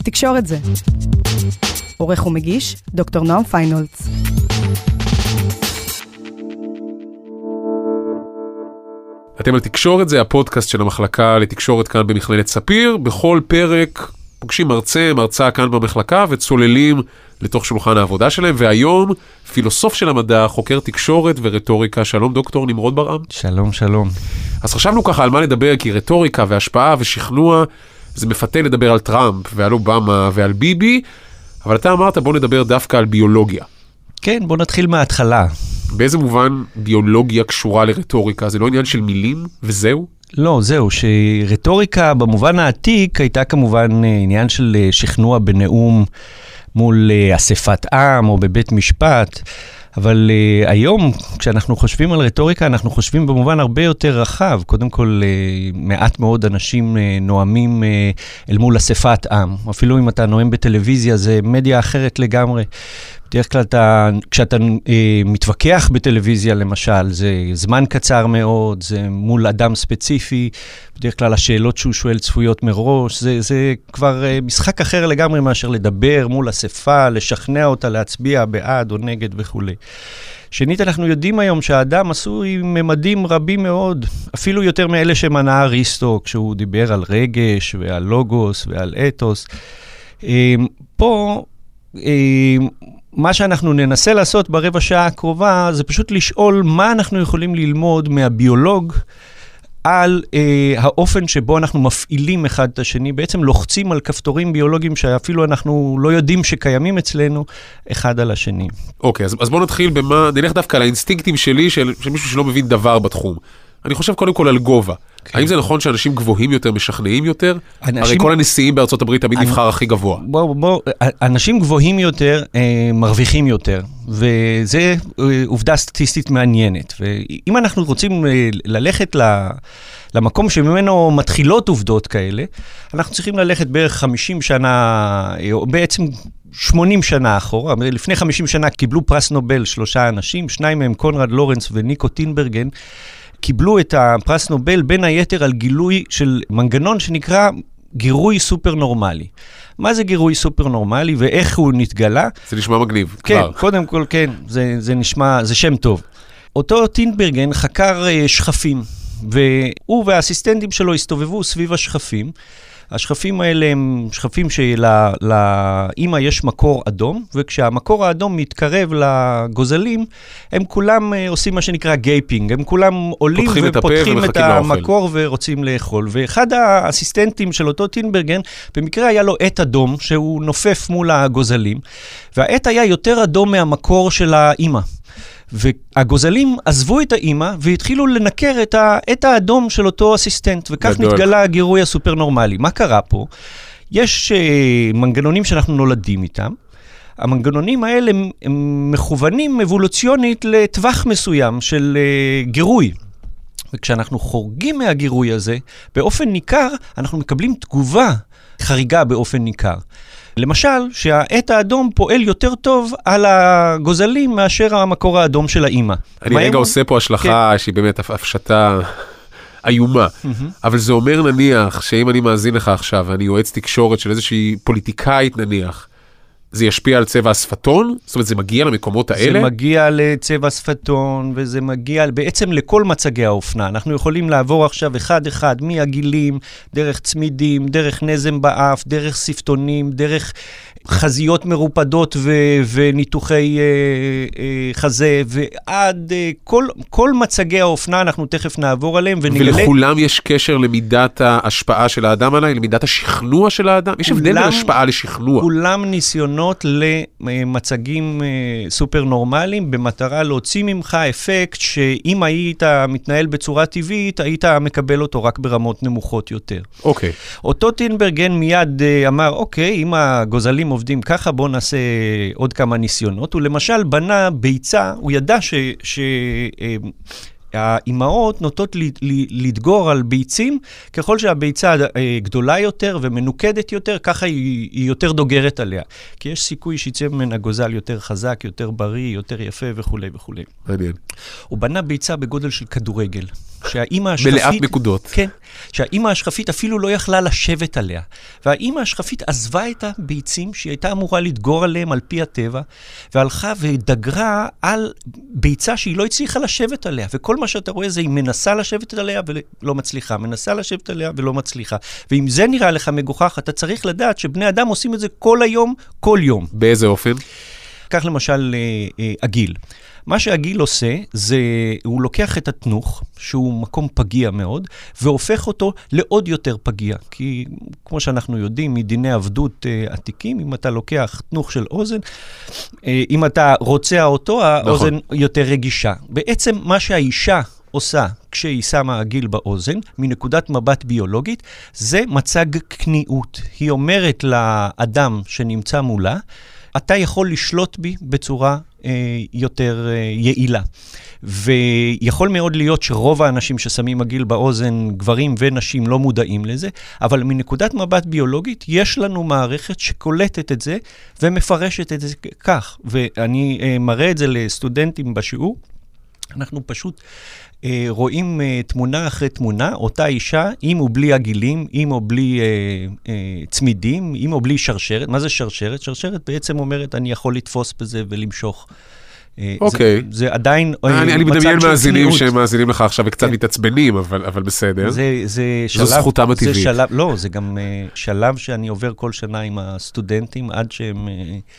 תקשורת זה. עורך ומגיש, דוקטור נועם פיינולץ. אתם על תקשורת, זה הפודקאסט של המחלקה לתקשורת כאן במכללת ספיר. בכל פרק פוגשים מרצה כאן במחלקה וצוללים לתוך שולחן העבודה שלהם, והיום פילוסוף של המדע, חוקר תקשורת ורטוריקה. שלום דוקטור נמרוד ברעם. שלום, שלום. אז חשבנו ככה על מה לדבר, כי רטוריקה והשפעה ושכנוע, זה מפתה לדבר על טראמפ ועל אובמה ועל ביבי, אבל אתה אמרת בוא נדבר דווקא על ביולוגיה. כן, בוא נתחיל מההתחלה. באיזה מובן ביולוגיה קשורה לרטוריקה? זה לא עניין של מילים וזהו? לא, זהו, שרטוריקה במובן העתיק הייתה כמובן עניין של שכנוע בנאום מול אספת עם או בבית משפט, אבל היום כשאנחנו חושבים על רטוריקה, אנחנו חושבים במובן הרבה יותר רחב. קודם כל, מעט מאוד אנשים נואמים אל מול אספת עם. אפילו אם אתה נואם בטלוויזיה, זה מדיה אחרת לגמרי. בדרך כלל כשאתה מתווכח בטלוויזיה למשל, זה זמן קצר מאוד, זה מול אדם ספציפי, בדרך כלל השאלות שהוא שואל צפויות מראש, זה כבר משחק אחר לגמרי מאשר לדבר מול אספה, לשכנע אותה להצביע בעד או נגד וכו'. שנית, אנחנו יודעים היום שהאדם עשוי ממדים רבים מאוד, אפילו יותר מאלה שמנה אריסטו, כשהוא דיבר על רגש ועל לוגוס ועל אתוס. פה מה שאנחנו ננסה לעשות ברבע שעה הקרובה, זה פשוט לשאול מה אנחנו יכולים ללמוד מהביולוג על האופן שבו אנחנו מפעילים אחד את השני, בעצם לוחצים על כפתורים ביולוגיים שאפילו אנחנו לא יודעים שקיימים אצלנו אחד על השני. אוקיי, אז בואו נתחיל במה, נלך דווקא על האינסטינקטים שלי של מישהו שלא מבין דבר בתחום. אני חושב קודם כל על גובה. האם זה נכון שאנשים גבוהים יותר משכנעים יותר? הרי כל הנשיאים בארצות הברית תמיד נבחר הכי גבוה. אנשים גבוהים יותר מרוויחים יותר, וזה עובדה סטטיסטית מעניינת. ואם אנחנו רוצים ללכת למקום שממנו מתחילות עובדות כאלה, אנחנו צריכים ללכת בערך 50 שנה, או בעצם 80 שנה אחורה. לפני 50 שנה קיבלו פרס נובל 3 אנשים, 2 מהם קונרד לורנס וניקו טינברגן, קיבלו את הפרס נובל בין היתר על גילוי של מנגנון שנקרא גירוי סופר נורמלי. מה זה גירוי סופר נורמלי ואיך הוא נתגלה? זה נשמע מגניב. כן, כבר. קודם כל כן, זה נשמע, זה שם טוב. אותו טינברגן חקר שכפים, והוא והאסיסטנטים שלו הסתובבו סביב השכפים. השכפים האלה הם שכפים שלאמא יש מקור אדום, וכשהמקור האדום מתקרב לגוזלים, הם כולם עושים מה שנקרא גייפינג, הם כולם עולים ופותחים את המקור ורוצים לאכול. ואחד האסיסטנטים של אותו טינברגן, במקרה היה לו עט אדום שהוא נופף מול הגוזלים, והעט היה יותר אדום מהמקור של האמא. והגוזלים עזבו את האמא והתחילו לנקר את האדום של אותו אסיסטנט, וכך נתגלה הגירוי הסופר נורמלי. מה קרה פה? יש מנגנונים שאנחנו נולדים איתם. המנגנונים האלה הם מכוונים אבולוציונית לטווח מסוים של גירוי. וכשאנחנו חורגים מהגירוי הזה, באופן ניכר אנחנו מקבלים תגובה חריגה באופן ניכר. למשל, שהעט האדום פועל יותר טוב על הגוזלים מאשר המקור האדום של האמא. אני רגע עושה פה השלכה שהיא באמת הפשטה איומה, אבל זה אומר נניח שאם אני מאזין לך עכשיו ואני יועץ תקשורת של איזושהי פוליטיקאית נניח, זה ישפיע על צבע השפתון? זאת אומרת, זה מגיע למקומות האלה? זה מגיע לצבע השפתון, וזה מגיע בעצם לכל מצגי האופנה. אנחנו יכולים לעבור עכשיו אחד-אחד מהגילים, דרך צמידים, דרך נזם באף, דרך ספתונים, דרך חזיות מרופדות וניתוחי חזה, ועד כל מצגי האופנה אנחנו תכף נעבור עליהם ונגלה. ולכולם יש קשר למידת ההשפעה של האדם עליי, למידת השכנוע של האדם? יש הבדל בין השפעה לשכנוע. כולם ניסיונות למצגים סופר נורמליים, במטרה להוציא ממך אפקט שאם היית מתנהל בצורה טבעית, היית מקבל אותו רק ברמות נמוכות יותר. אוקיי. אותו טינברגן מיד אמר, אוקיי, אם הגוזלים עובדים ככה, בואו נעשה עוד כמה ניסיונות. הוא למשל בנה ביצה, הוא ידע האימהות נוטות לדגור על ביצים, ככל שהביצה גדולה יותר ומנוקדת יותר, ככה היא יותר דוגרת עליה. כי יש סיכוי שיצא ממנה גוזל יותר חזק, יותר בריא, יותר יפה וכו' וכו'. מעניין. הוא בנה ביצה בגודל של כדורגל. שהאימא השכפית... מלאת נקודות. כן, שהאימא השכפית אפילו לא יכלה לשבת עליה. והאימא השכפית עזבה את הביצים שהיא הייתה אמורה לדגור עליהם על פי הטבע, והלכה ודגרה על ביצה שהיא לא הצליחה לשבת עליה. וכל מה שאתה רואה זה היא מנסה לשבת עליה ולא מצליחה, מנסה לשבת עליה ולא מצליחה. ואם זה נראה לך מגוחך, אתה צריך לדעת שבני אדם עושים את זה כל היום, כל יום. באיזה אופן? כך למשל עגיל. מה שהעגיל עושה, זה הוא לוקח את התנוך, שהוא מקום פגיע מאוד, והופך אותו לעוד יותר פגיע. כי כמו שאנחנו יודעים, מדיני עבדות עתיקים, אם אתה לוקח תנוך של אוזן, אם אתה רוצה אותו, האוזן יותר רגישה. בעצם מה שהאישה עושה כשהיא שמה עגיל באוזן, מנקודת מבט ביולוגית, זה מצג כניעות. היא אומרת לאדם שנמצא מולה, אתה יכול לשלוט בי בצורה יותר יעילה. ויכול מאוד להיות שרוב האנשים ששמים עגיל באוזן, גברים ונשים לא מודעים לזה, אבל מנקודת מבט ביולוגית, יש לנו מערכת שקולטת את זה ומפרשת את זה כך. ואני מראה את זה לסטודנטים בשיעור, אנחנו פשוט רואים תמונה אחרי תמונה, אותה אישה, עם או בלי עגילים, עם או בלי צמידים, עם או בלי שרשרת. מה זה שרשרת? שרשרת בעצם אומרת, אני יכול לתפוס בזה ולמשוך. אוקיי. זה עדיין אני מדמיין מאזינים שמאזינים לך עכשיו וקצת מתעצבנים, אבל בסדר. זו זכותם הטבעית. לא, זה גם שלב שאני עובר כל שנה עם הסטודנטים, עד שהם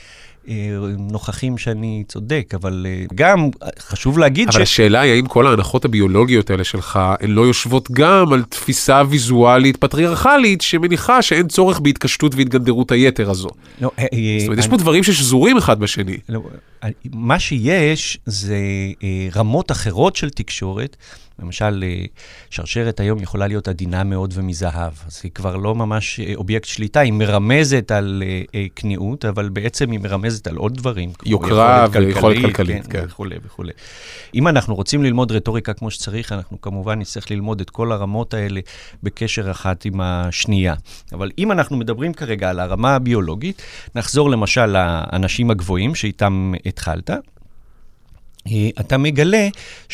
נוכחים שאני צודק, אבל גם חשוב להגיד אבל השאלה היא, האם כל ההנחות הביולוגיות האלה שלך, הן לא יושבות גם על תפיסה ויזואלית פטריארכלית, שמניחה שאין צורך בהתקשטות והתגנדרות היתר הזו. זאת אומרת, יש פה דברים ששזורים אחד בשני. מה שיש זה רמות אחרות של תקשורת, למשל, שרשרת היום יכולה להיות עדינה מאוד ומזהב, אז היא כבר לא ממש אובייקט שליטה, היא מרמזת על כניעות, אבל בעצם היא מרמזת על עוד דברים. יוקרה ויכולת כלכלית. כן, וכו' וכו'. אם אנחנו רוצים ללמוד רטוריקה כמו שצריך, אנחנו כמובן נצטרך ללמוד את כל הרמות האלה בקשר אחת עם השנייה. אבל אם אנחנו מדברים כרגע על הרמה הביולוגית, נחזור למשל לאנשים הגבוהים שאיתם התחלת, אתה מגלה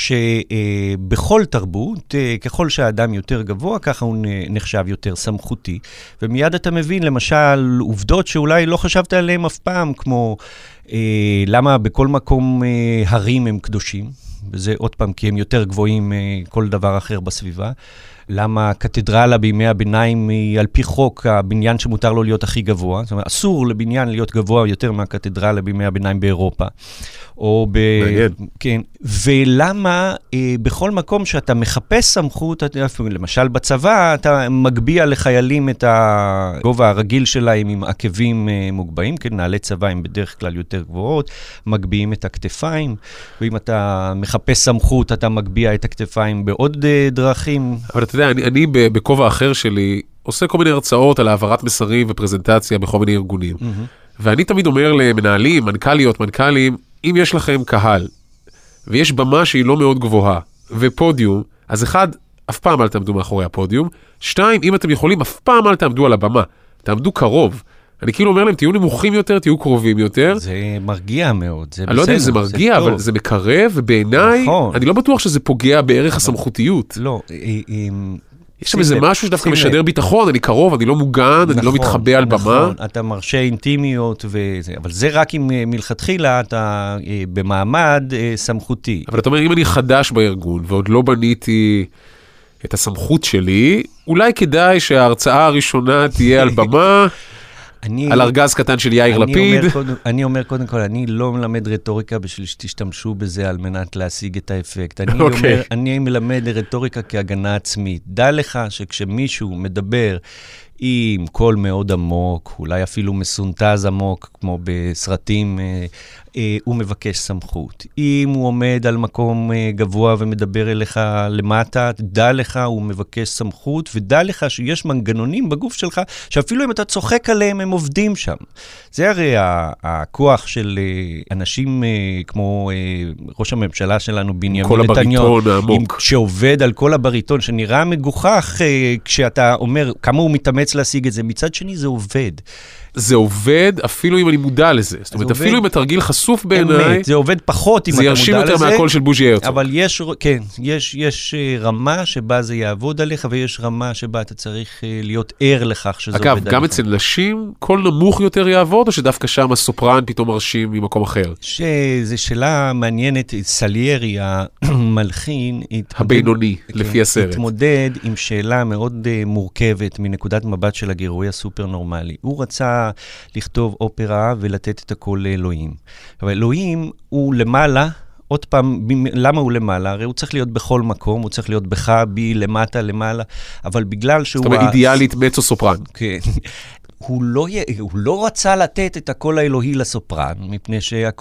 שבכל תרבות, ככל שהאדם יותר גבוה, ככה הוא נחשב יותר סמכותי. ומיד אתה מבין, למשל, עובדות שאולי לא חשבת עליהן אף פעם, כמו למה בכל מקום הרים הם קדושים, וזה עוד פעם כי הם יותר גבוהים מכל דבר אחר בסביבה. למה הקתדרלה בימי הביניים היא על פי חוק הבניין שמותר לו להיות הכי גבוה, זאת אומרת, אסור לבניין להיות גבוה יותר מהקתדרלה בימי הביניים באירופה. או כן, ולמה בכל מקום שאתה מחפש סמכות, למשל בצבא, אתה מגביע לחיילים את הגובה הרגיל שלהם עם עקבים מוגבהים, כן, נעלי צבא הם בדרך כלל יותר גבוהות, מגביעים את הכתפיים, ואם אתה מחפש סמכות, אתה מגביע את הכתפיים בעוד דרכים. אבל אתה יודע, אני בכובע אחר שלי, עושה כל מיני הרצאות על העברת מסרים ופרזנטציה בכל מיני ארגונים. ואני תמיד אומר למנהלים, מנכ"לים, אם יש לכם קהל, ויש במה שהיא לא מאוד גבוהה, ופודיום, אז אחד, אף פעם אל תעמדו מאחורי הפודיום, שתיים, אם אתם יכולים, אף פעם אל תעמדו על הבמה, תעמדו קרוב. אני כאילו אומר להם, תהיו נמוכים יותר, תהיו קרובים יותר. זה מרגיע מאוד, זה בסדר. אני לא יודע אם זה מרגיע, אבל זה מקרב, ובעיניי, אני לא בטוח שזה פוגע בערך הסמכותיות. לא, יש שם איזה משהו שדווקא משדר ביטחון, אני קרוב, אני לא מוגן, אני לא מתחבא על במה. נכון, אתה מרשה אינטימיות וזה, אבל זה רק אם מלכתחילה אתה במעמד סמכותי. אבל אתה אומר, אם אני חדש בארגון ועוד לא בניתי את הסמכות שלי, אולי כדאי שההרצאה הראשונה תהיה על במה, על ארגז קטן של יאיר לפיד. אני אומר קודם כל, אני לא מלמד רטוריקה בשביל שתשתמשו בזה על מנת להשיג את האפקט. אני מלמד רטוריקה כהגנה עצמית. דע לך שכשמישהו מדבר עם קול מאוד עמוק, אולי אפילו מסונטז עמוק, כמו בסרטים, הוא מבקש סמכות. אם הוא עומד על מקום גבוה ומדבר אליך למטה, דע לך, הוא מבקש סמכות, ודע לך שיש מנגנונים בגוף שלך, שאפילו אם אתה צוחק עליהם, הם עובדים שם. זה הרי הכוח של אנשים כמו ראש הממשלה שלנו, בנימין נתניהו, שעובד על כל הבריטון, שנראה מגוחך כשאתה אומר כמה הוא מתאמץ להשיג את זה, מצד שני זה עובד. זה עובד אפילו אם אני מודע לזה. זאת אומרת, אפילו אם התרגיל חסום, חשוף בעיניי. זה עובד פחות אם אתה מודע לזה. זה ירשים יותר מהקול של בוז'י הרצוג. אבל יש רמה שבה זה יעבוד עליך, ויש רמה שבה אתה צריך להיות ער לכך שזה עובד עליך. אגב, גם אצל נשים, קול נמוך יותר יעבוד, או שדווקא שם הסופרן פתאום מרשים ממקום אחר? שזו שאלה מעניינת, סליירי, המלחין, הבינוני, לפי הסרט. התמודד עם שאלה מאוד מורכבת מנקודת מבט של הגירוי הסופר נורמלי. הוא רצה לכתוב אופרה ולתת את הכל לאלוהים. אבל אלוהים הוא למעלה, עוד פעם, למה הוא למעלה? הרי הוא צריך להיות בכל מקום, הוא צריך להיות בך, בי, למטה, למעלה, אבל בגלל שהוא... זאת אומרת, אידיאלית מצו סופרן. כן. הוא לא רצה לתת את הקול האלוהי לסופרן, מפני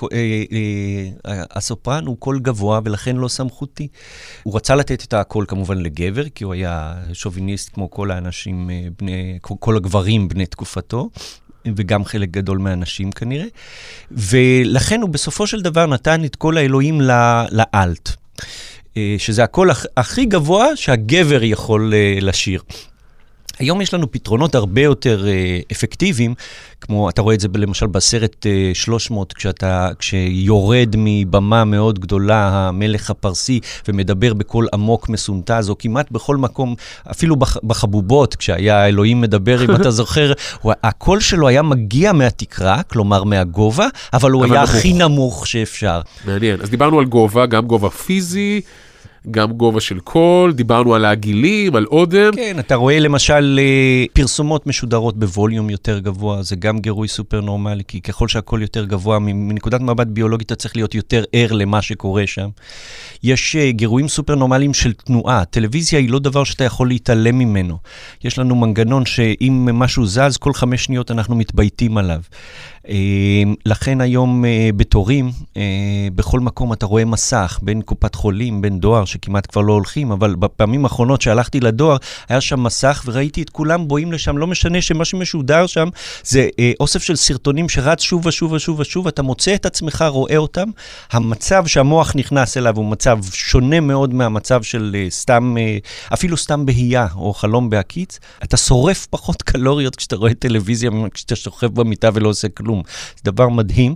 שהסופרן הוא קול גבוה ולכן לא סמכותי. הוא רצה לתת את הקול כמובן לגבר, כי הוא היה שוביניסט כמו כל האנשים, כל הגברים בני תקופתו, וגם חלק גדול מהאנשים כנראה. ולכן הוא בסופו של דבר נתן את קול האלוהים לאלט, שזה הקול הכי גבוה שהגבר יכול לשיר. היום יש לנו פתרונות הרבה יותר אפקטיביים, כמו אתה רואה את זה למשל בסרט 300, כשיורד מבמה מאוד גדולה המלך הפרסי ומדבר בקול עמוק מסונטז, או כמעט בכל מקום, אפילו בחבובות, כשהיה אלוהים מדבר, אם אתה זוכר, הקול שלו היה מגיע מהתקרה, כלומר מהגובה, אבל הוא היה הכי נמוך שאפשר. מעניין, אז דיברנו על גובה, גם גובה פיזי, גם גובה של קול, דיברנו על העגילים, על אודם. כן, אתה רואה למשל פרסומות משודרות בווליום יותר גבוה, זה גם גירוי סופר נורמלי, כי ככל שהקול יותר גבוה, מנקודת מבט ביולוגית אתה צריך להיות יותר ער למה שקורה שם. יש גירויים סופר נורמליים של תנועה, טלוויזיה היא לא דבר שאתה יכול להתעלם ממנו. יש לנו מנגנון שאם משהו זז, כל 5 שניות אנחנו מתבייתים עליו. לכן היום בתורים, בכל מקום אתה רואה מסך, בין קופת חולים, בין דואר, שכמעט כבר לא הולכים, אבל בפעמים האחרונות שהלכתי לדואר, היה שם מסך וראיתי את כולם בואים לשם, לא משנה שמה שמשודר שם, זה אוסף של סרטונים שרץ שוב ושוב ושוב ושוב, אתה מוצא את עצמך, רואה אותם, המצב שהמוח נכנס אליו הוא מצב שונה מאוד מהמצב של סתם, אפילו סתם בהייה או חלום בהקיץ, אתה שורף פחות קלוריות כשאתה רואה טלוויזיה, כשאתה שוכב במיטה ולא עושה כלום. זה דבר מדהים,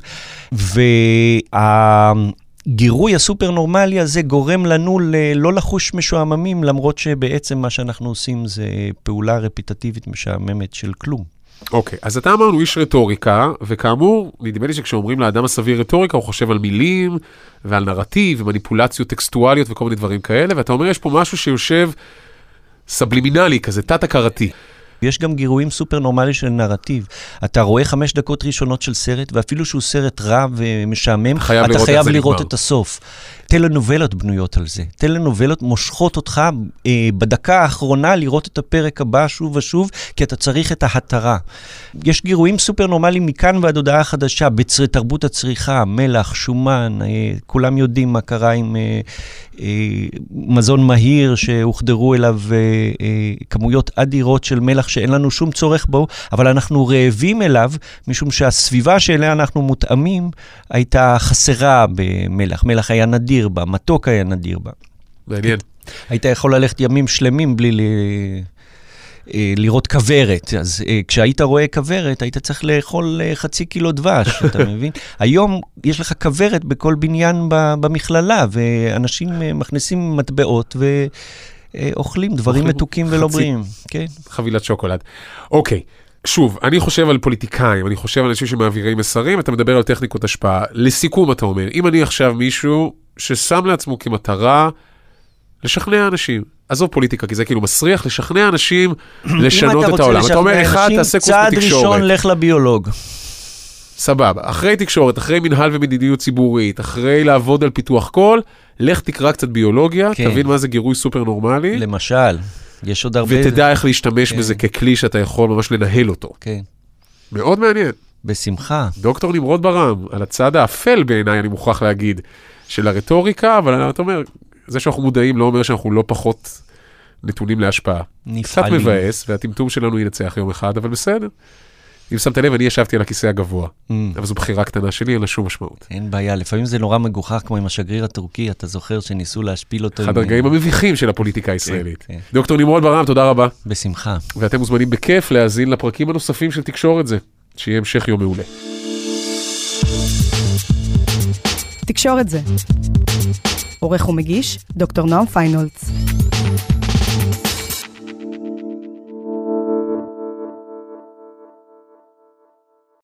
והגירוי הסופר נורמלי הזה גורם לנו לא לחוש משועממים, למרות שבעצם מה שאנחנו עושים זה פעולה רפיטטיבית משעממת של כלום. אוקיי, אז אתה אמרנו איש רטוריקה, וכאמור, נדמה לי שכשאומרים לאדם הסביר רטוריקה, הוא חושב על מילים ועל נרטיב ומניפולציות טקסטואליות וכל מיני דברים כאלה, ואתה אומר יש פה משהו שיושב סבלימינלי כזה, תת-הכרתי. יש גם גירויים סופר נורמלי של נרטיב. אתה רואה 5 דקות ראשונות של סרט, ואפילו שהוא סרט רע ומשעמם, אתה חייב לראות את הסוף. טלנובלות בנויות על זה. טלנובלות מושכות אותך בדקה האחרונה לראות את הפרק הבא שוב ושוב, כי אתה צריך את ההתרה. יש גירויים סופר נורמליים מכאן ועד הודעה חדשה, בתרבות הצריכה, מלח, שומן, כולם יודעים מה קרה עם מזון מהיר שהוחדרו אליו כמויות אדירות של מלח שאין לנו שום צורך בו, אבל אנחנו רעבים אליו, משום שהסביבה שאליה אנחנו מותאמים הייתה חסרה במלח. מלח היה נדיר בה, מתוק היה נדיר בה. מעניין. היית יכול ללכת ימים שלמים בלי לראות כברת. אז כשהיית רואה כברת, היית צריך לאכול 0.5 קילו דבש, אתה מבין? היום יש לך כברת בכל בניין במכללה, ואנשים מכניסים מטבעות ואוכלים דברים מתוקים ולא בריאים. כן. חבילת שוקולד. אוקיי. שוב, אני חושב על פוליטיקאים, אני חושב על אנשים שמעבירים מסרים, אתה מדבר על טכניקות השפעה. לסיכום אתה אומר, אם אני עכשיו מישהו ששם לעצמו כמטרה לשכנע אנשים, עזוב פוליטיקה, כי זה כאילו מסריח, לשכנע אנשים לשנות את העולם. אתה אומר, אחד, תעשה קורס בתקשורת. צעד ראשון, לך לביולוג. סבבה, אחרי תקשורת, אחרי מנהל ומדיניות ציבורית, אחרי לעבוד על פיתוח קול, לך תקרא קצת ביולוגיה, תבין מה זה גירוי סופר נורמלי. למשל. יש עוד הרבה... ותדע איך להשתמש בזה ככלי שאתה יכול ממש לנהל אותו. כן. מאוד מעניין. בשמחה. דוקטור נמרוד ברם, על הצד האפל בעיניי, אני מוכרח להגיד, של הרטוריקה, אבל אתה אומר, זה שאנחנו מודעים לא אומר שאנחנו לא פחות נתונים להשפעה. קצת מבאס, והטמטום שלנו ינצח יום אחד, אבל בסדר. אם שמת לב, אני ישבתי על הכיסא הגבוה, אבל זו בחירה קטנה שלי, אין לה שום משמעות. אין בעיה, לפעמים זה נורא מגוחך, כמו עם השגריר הטורקי, אתה זוכר שניסו להשפיל אותו. אחד הרגעים המביכים של הפוליטיקה הישראלית. דוקטור נמרוד ברם, תודה רבה. בשמחה. ואתם מוזמנים בכיף להאזין לפרקים הנוספים של תקשורת זה, שיהיה המשך יום מעולה. תקשור את זה. עורך ומגיש, דוקטור נועם פיינולץ.